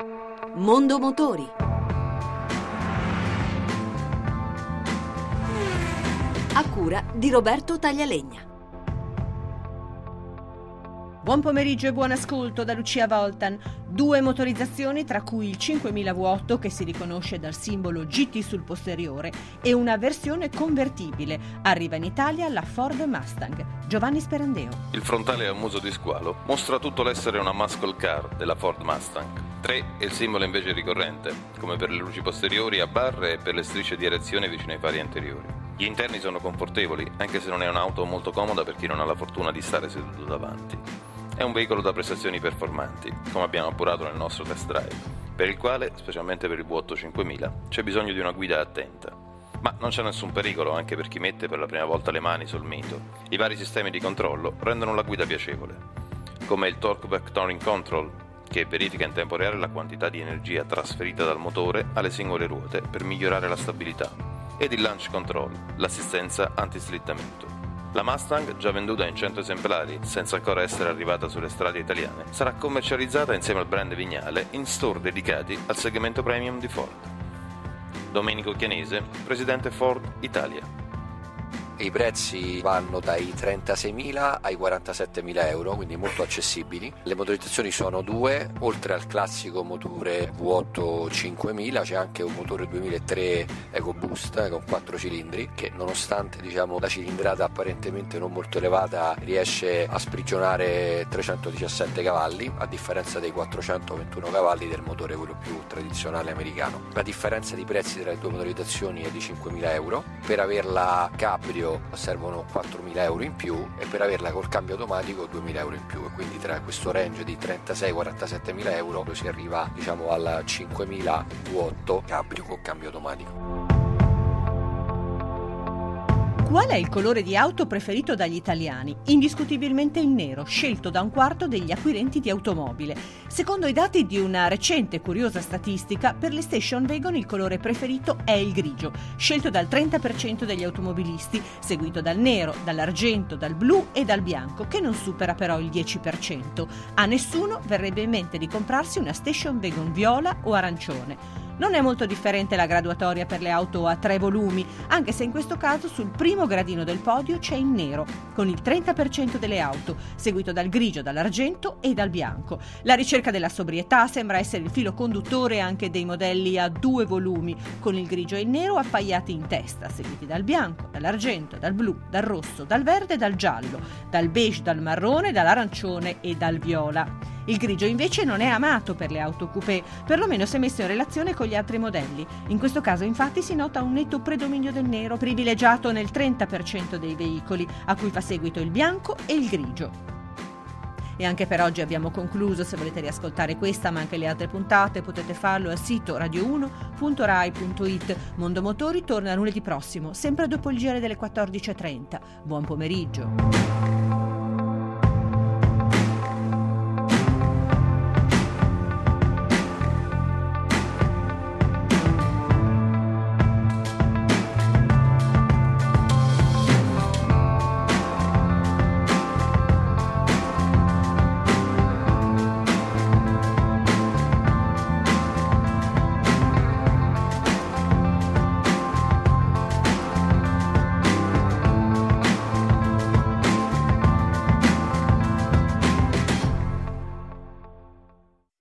Mondo Motori. A cura di Roberto Taglialegna. Buon pomeriggio e buon ascolto da Lucia Voltan. 2 motorizzazioni, tra cui il 5000 V8 che si riconosce dal simbolo GT sul posteriore e una versione convertibile. Arriva in Italia la Ford Mustang. Giovanni Sperandeo. Il frontale a muso di squalo mostra tutto l'essere una muscle car della Ford Mustang. 3 è il simbolo invece ricorrente, come per le luci posteriori a barre e per le strisce di aerazione vicino ai fari anteriori. Gli interni sono confortevoli, anche se non è un'auto molto comoda per chi non ha la fortuna di stare seduto davanti. È un veicolo da prestazioni performanti, come abbiamo appurato nel nostro test drive, per il quale, specialmente per il V8 5000, c'è bisogno di una guida attenta. Ma non c'è nessun pericolo anche per chi mette per la prima volta le mani sul mito. I vari sistemi di controllo rendono la guida piacevole, come il Torque Vectoring Control, che verifica in tempo reale la quantità di energia trasferita dal motore alle singole ruote per migliorare la stabilità, ed il Launch Control, l'assistenza anti-slittamento. La Mustang, già venduta in 100 esemplari senza ancora essere arrivata sulle strade italiane, sarà commercializzata insieme al brand Vignale in store dedicati al segmento premium di Ford. Domenico Chianese, presidente Ford Italia. I prezzi vanno dai 36.000 ai 47.000 euro, quindi molto accessibili. Le motorizzazioni sono 2, oltre al classico motore V8 5000 c'è anche un motore 2003 EcoBoost con 4 cilindri che, nonostante la cilindrata apparentemente non molto elevata, riesce a sprigionare 317 cavalli a differenza dei 421 cavalli del motore quello più tradizionale americano. La differenza di prezzi tra le due motorizzazioni è di 5.000 euro. Per averla cabrio servono 4.000 euro in più e per averla col cambio automatico 2.000 euro in più, e quindi tra questo range di 36-47.000 euro si arriva al 5.000 V8 cabrio con cambio automatico. Qual è il colore di auto preferito dagli italiani? Indiscutibilmente il nero, scelto da 1/4 degli acquirenti di automobile. Secondo i dati di una recente e curiosa statistica, per le station wagon il colore preferito è il grigio, scelto dal 30% degli automobilisti, seguito dal nero, dall'argento, dal blu e dal bianco, che non supera però il 10%. A nessuno verrebbe in mente di comprarsi una station wagon viola o arancione. Non è molto differente la graduatoria per le auto a 3 volumi, anche se in questo caso sul primo gradino del podio c'è il nero, con il 30% delle auto, seguito dal grigio, dall'argento e dal bianco. La ricerca della sobrietà sembra essere il filo conduttore anche dei modelli a 2 volumi, con il grigio e il nero appaiati in testa, seguiti dal bianco, dall'argento, dal blu, dal rosso, dal verde e dal giallo, dal beige, dal marrone, dall'arancione e dal viola. Il grigio invece non è amato per le auto coupé, perlomeno se messo in relazione con gli altri modelli. In questo caso infatti si nota un netto predominio del nero, privilegiato nel 30% dei veicoli, a cui fa seguito il bianco e il grigio. E anche per oggi abbiamo concluso. Se volete riascoltare questa ma anche le altre puntate potete farlo al sito radio1.rai.it. Mondo Motori torna lunedì prossimo, sempre dopo il giro delle 14.30. Buon pomeriggio.